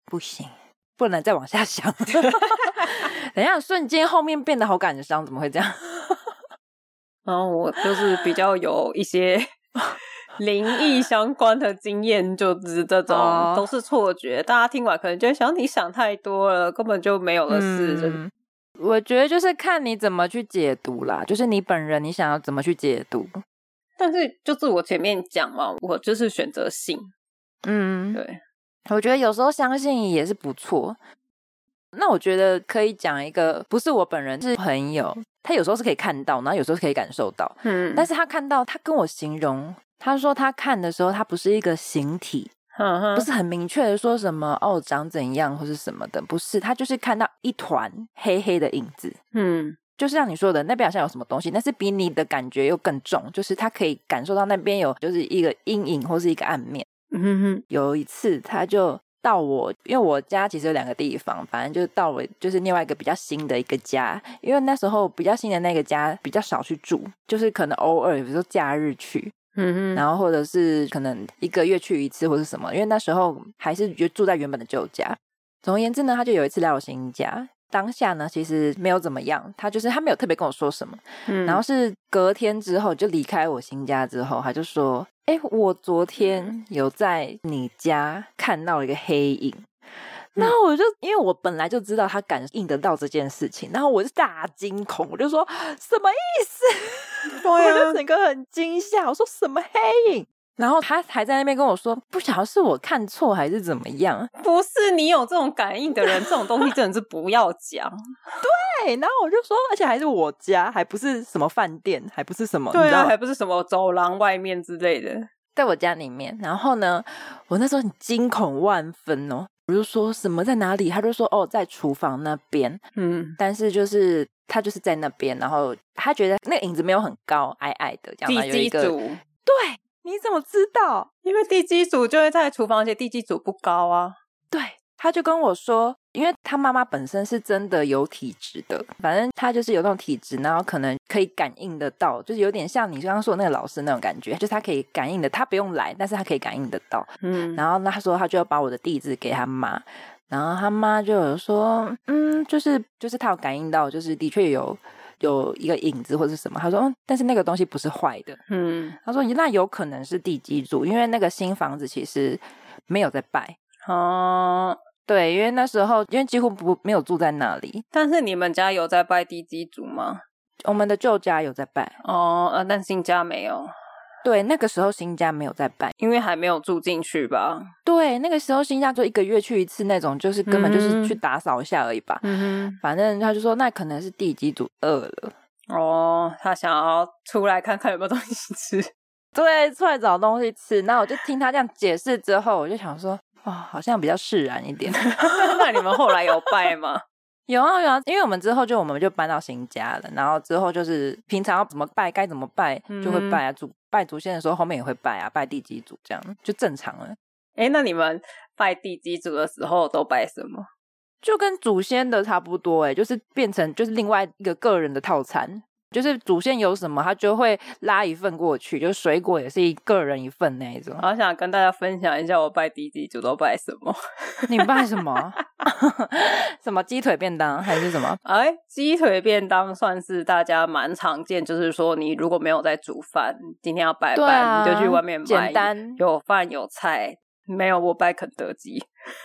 不行，不能再往下想。等一下，瞬间后面变得好感伤，怎么会这样？ 然后我就是比较有一些灵异相关的经验，就是这种都是错觉，大家听完可能就会想你想太多了，根本就没有的事。 我觉得就是看你怎么去解读啦，就是你本人你想要怎么去解读。 但是就是我前面讲嘛，我就是选择信。对， 我觉得有时候相信也是不错。那我觉得可以讲一个，不是我本人，是朋友，他有时候是可以看到，然后有时候是可以感受到。但是他看到，他跟我形容，他说他看的时候，他不是一个形体，不是很明确的说什么哦长怎样或是什么的，不是，他就是看到一团黑黑的影子。就是像你说的，那边好像有什么东西，但是比你的感觉又更重，就是他可以感受到那边有就是一个阴影或是一个暗面。有一次他就到我，因为我家其实有2个地方，反正就到我就是另外一个比较新的一个家，因为那时候比较新的那个家比较少去住，就是可能偶尔比如说假日去，然后或者是可能1个月去一次或是什么，因为那时候还是住在原本的旧家。总而言之呢，他就有一次来我新家，当下呢其实没有怎么样，他没有特别跟我说什么，然后是隔天之后就离开我新家之后，他就说我昨天有在你家看到一个黑影。然后我就因为我本来就知道他感应得到这件事情，然后我就大惊恐，我就说什么意思？对啊，我就整个很惊吓，我说什么黑影？然后他还在那边跟我说，不晓得是我看错还是怎么样。 不是你有这种感应的人，这种东西真的是不要讲。 对，然后我就说，而且还是我家，还不是什么饭店，还不是什么， 对啊，还不是什么走廊外面之类的， 在我家里面。然后呢，我那时候很惊恐万分哦，我就说什么在哪里？他就说在厨房那边。但是就是他就是在那边，然后他觉得那个影子没有很高，矮矮的这样嘛，有一个。对，你怎么知道？ 因为地基组就会在厨房，而且地基组不高啊。 对，他就跟我说，因为他妈妈本身是真的有体质的，反正他就是有那种体质，然后可能可以感应得到，就是有点像你刚刚说的那个老师那种感觉，就是他可以感应的，他不用来，但是他可以感应得到。然后他说他就要把我的地址给他妈，然后他妈就有说就是他有感应到，就是的确有一个影子或是什么，他说但是那个东西不是坏的。他说那有可能是地基主，因为那个新房子其实没有在拜。对，因为那时候因为几乎没有住在那里。 但是你们家有在拜地基主吗？ 我们的旧家有在拜。 但新家没有。 对，那个时候新家没有在拜， 因为还没有住进去吧。 对，那个时候新家就1个月去一次那种，就是根本就是去打扫一下而已吧。反正他就说那可能是地基主饿了。 他想要出来看看有没有东西吃。 对，出来找东西吃。那我就听他这样解释之后，我就想说好像比较释然一点。 那你们后来有拜吗？ 有啊，因为我们之后我们就搬到新家了，然后之后就是平常要怎么拜该怎么拜就会拜啊，拜祖先的时候后面也会拜啊，拜地基主这样就正常了。 那你们拜地基主的时候都拜什么？ 就跟祖先的差不多就是变成就是另外一个个人的套餐，就是祖先有什么他就会拉一份过去，就是水果也是一个人一份那一种。 好想跟大家分享一下我拜地基主都拜什么。 你拜什么？什么鸡腿便当还是什么？ 鸡腿便当算是大家蛮常见，就是说你如果没有在煮饭，今天要拜拜，你就去外面买， 简单有饭有菜。没有，我拜肯德基。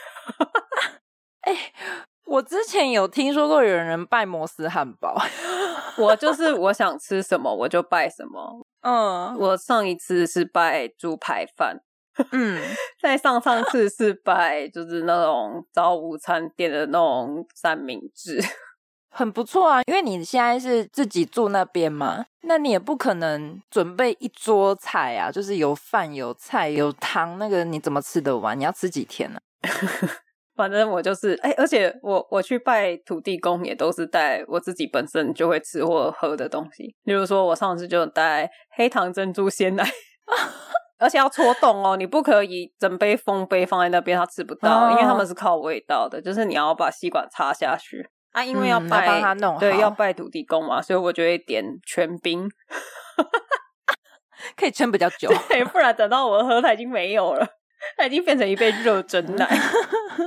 我之前有听说过有人拜摩斯汉堡。 我就是我想吃什么我就拜什么。我上一次是拜猪排饭。再上次是拜就是那种早午餐店的那种三明治。 很不错啊，因为你现在是自己住那边嘛，那你也不可能准备一桌菜啊，就是有饭有菜有汤，那个你怎么吃得完？你要吃几天呢？ 反正我就是而且我去拜土地公也都是带我自己本身就会吃或喝的东西，例如说我上次就带黑糖珍珠鲜奶。而且要戳洞你不可以整杯封杯放在那边他吃不到，因为他们是靠味道的，就是你要把吸管插下去因为要拜帮他弄好， 对，要拜土地公嘛，所以我就会点全冰。 可以撑比较久。 对，不然等到我喝它已经没有了，它已经变成一杯热蒸奶。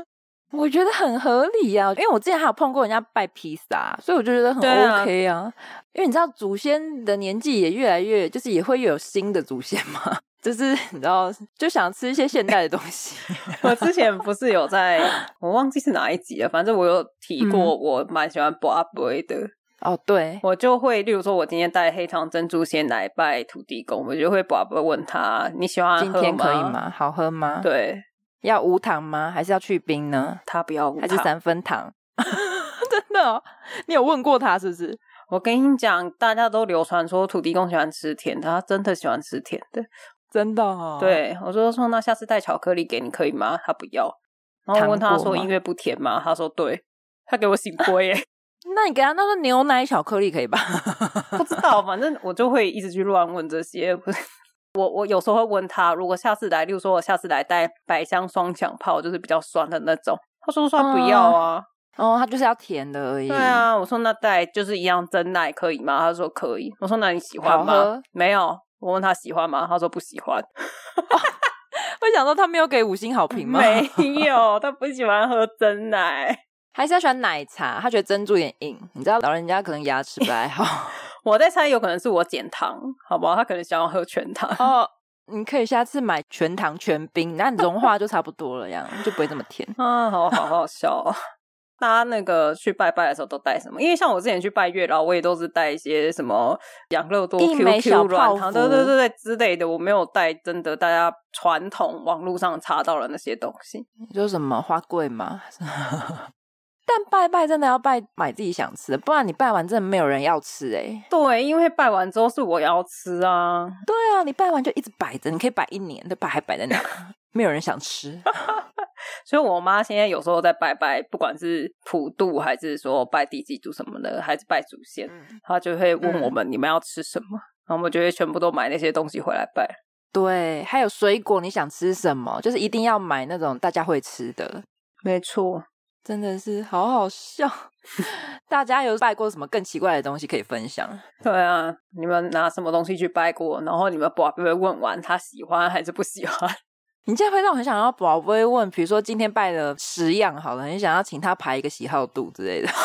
我觉得很合理啊，因为我之前还有碰过人家拜披萨，所以我就觉得很 OK 啊。因为你知道祖先的年纪也越来越，就是也会越有新的祖先嘛，就是你知道就想吃一些现代的东西。 我之前不是有在我忘记是哪一集了，反正我有提过我蛮喜欢拔杯的。 哦，对， 我就会例如说我今天带黑糖珍珠鲜奶拜土地公，我就会拔杯问他你喜欢喝吗？ 今天可以吗？好喝吗？ 对， 要无糖吗？还是要去冰呢？ 他不要无糖， 还是3分糖？真的哦？你有问过他是不是？ 我跟你讲，大家都流传说土地公喜欢吃甜的，他真的喜欢吃甜的， 真的哦。 对，我说那下次带巧克力给你可以吗？他不要。然后我问他说音乐不甜吗？他说对，他给我醒龟耶。 那你给他那个牛奶巧克力可以吧？ 不知道，反正我就会一直去乱问这些。我有时候会问他，如果下次来，例如说我下次来带百香双响炮，就是比较酸的那种，他说他不要啊。 哦，他就是要甜的而已。 对啊，我说那带就是一样真奶可以吗？他说可以。我说那你喜欢吗？没有。我问他喜欢吗？他说不喜欢。 我想说他没有给5星好评吗？ 没有，他不喜欢喝真奶， 还是他喜欢奶茶，他觉得珍珠有点硬，你知道老人家可能牙齿不太好。 我在猜有可能是我减糖好不好，他可能想要喝全糖。 哦，你可以下次买全糖全冰，那融化就差不多了，这样就不会这么甜。 啊，好笑哦。大家那个去拜拜的时候都带什么？因为像我之前去拜月老，我也都是带一些什么养乐多 QQ 软糖，对之类的，我没有带真的大家传统网络上查到的那些东西。 你说什么花柜吗？但拜拜真的要买自己想吃的，不然你拜完真的没有人要吃对，因为拜完之后是我要吃啊。 对啊，你拜完就一直摆着，你可以摆1年，对吧？还摆在那，没有人想吃。 所以我妈现在有时候在拜拜，不管是普渡还是说拜地基主什么的，还是拜祖先，她就会问我们你们要吃什么，然后我们就会全部都买那些东西回来拜。 对，还有水果你想吃什么，就是一定要买那种大家会吃的。 没错， 真的是好好笑。大家有拜过什么更奇怪的东西可以分享？ 对啊，你们拿什么东西去拜过，然后你们不会问完他喜欢还是不喜欢？ 你这样会让我很想要宝贝问，比如说今天拜了10样好了，很想要请他排一个喜好度之类的。开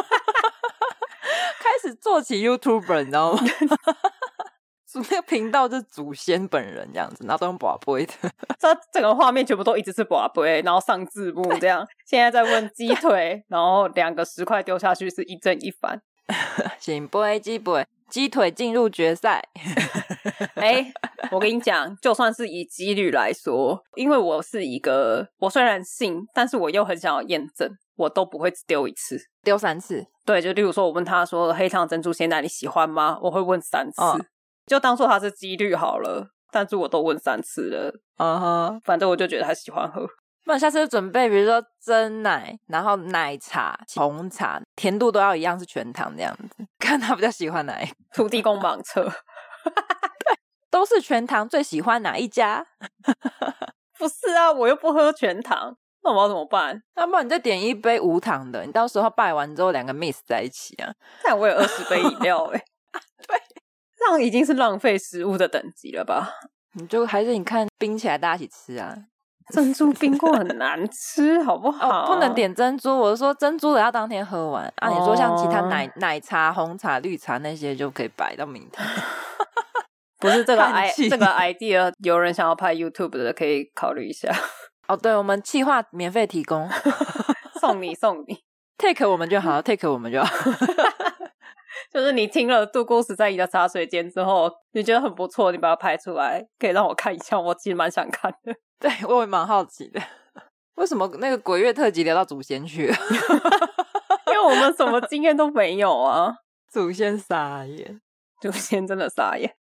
始做起 YouTuber 你知道吗？那个频道就是祖先本人这样子，然后都用宝贝的。 这整个画面全部都一直是宝贝，然后上字幕这样。现在在问鸡腿，然后2个10块丢下去是一正一反。 行杯鸡杯鸡腿进入决赛。 我跟你讲，就算是以几率来说，因为我是一个我虽然信，但是我又很想要验证，我都不会只丢1次， 丢3次。 对，就例如说我问他说黑糖珍珠鲜奶你喜欢吗，我会问3次，就当做他是几率好了，但是我都问3次了。反正我就觉得他喜欢喝。 不然下次就准备比如说真奶，然后奶茶、红茶，甜度都要一样是全糖这样子，看他比较喜欢哪一个。 土地公盲测。 都是全糖，最喜欢哪一家？ 不是啊，我又不喝全糖，那我要怎么办？ 要不然你再点一杯无糖的，你到时候拜完之后2个 mix 在一起啊。 但我有20杯饮料对，这样已经是浪费食物的等级了吧？ 你就还是你看冰起来大家一起吃啊。 珍珠冰过很难吃好不好？ 不能点珍珠，我是说珍珠的要当天喝完啊。你说像其他奶茶、红茶、绿茶那些就可以摆到明天。 不是这个 idea 有人想要拍 YouTube 的可以考虑一下。 对，我们企划免费提供。 送你 take 我们就好take 我们就好。 就是你听了杜姑13姨的茶水间之后，你觉得很不错，你把它拍出来可以让我看一下，我其实蛮想看的。 对，我也蛮好奇的，为什么那个鬼月特辑聊到祖先去了？ 因为我们什么经验都没有啊。 祖先傻眼， 祖先真的傻眼。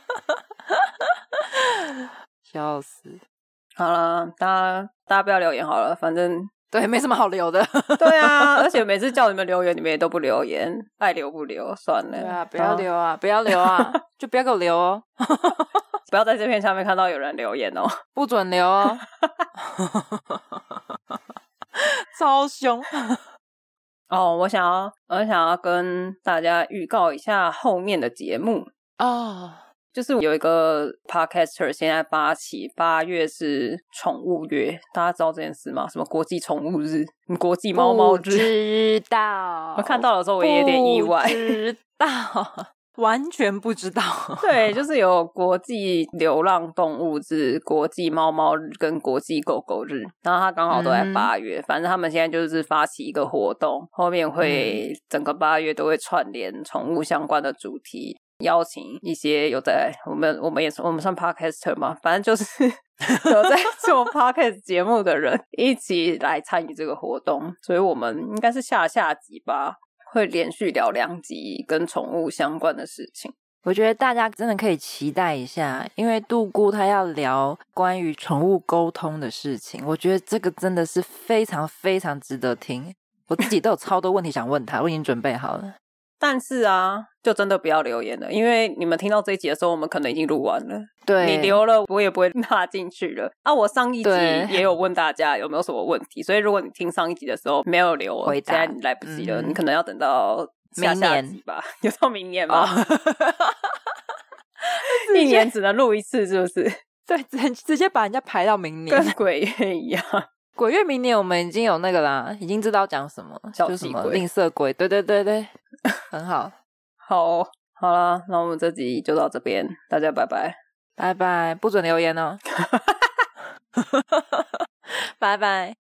笑死。 好了，大家不要留言好了，反正对没什么好留的。 对啊，而且每次叫你们留言你们也都不留言，爱留不留算了。 对啊，不要留啊，不要留啊。就不要给我留哦。 不要在这篇下面看到有人留言哦， 不准留哦。超凶。 我想要跟大家预告一下后面的节目就是有一个 podcaster 现在发起8月是宠物月，大家知道这件事吗？什么国际宠物日、国际猫猫日？ 不知道。 我看到的时候我也有点意外。 不知道，完全不知道。 对，就是有国际流浪动物日、国际猫猫日跟国际狗狗日，然后它刚好都在8月。反正他们现在就是发起一个活动，后面会整个8月都会串联宠物相关的主题，邀请一些有在我们算 podcaster 嘛，反正就是有在做 podcast 节目的人一起来参与这个活动，所以我们应该是下集吧，会连续聊2集跟宠物相关的事情。 我觉得大家真的可以期待一下，因为杜姑她要聊关于宠物沟通的事情，我觉得这个真的是非常非常值得听。我自己都有超多问题想问她，我已经准备好了。 但是啊，就真的不要留言了，因为你们听到这一集的时候，我们可能已经录完了。 对， 你留了，我也不会纳进去了。啊，我上一集也有问大家有没有什么问题，所以如果你听上一集的时候没有留回答， 现在你来不及了，你可能要等到下集吧，有到明年吗？一年只能录一次，是不是？ 对，直接把人家排到明年， 跟鬼月一样。 鬼月明年我们已经有那个啦，已经知道讲什么，就是什么吝啬鬼，对对对对，很好。 好啦，那我们这集就到这边，大家拜拜， 拜拜，不准留言哦，拜拜。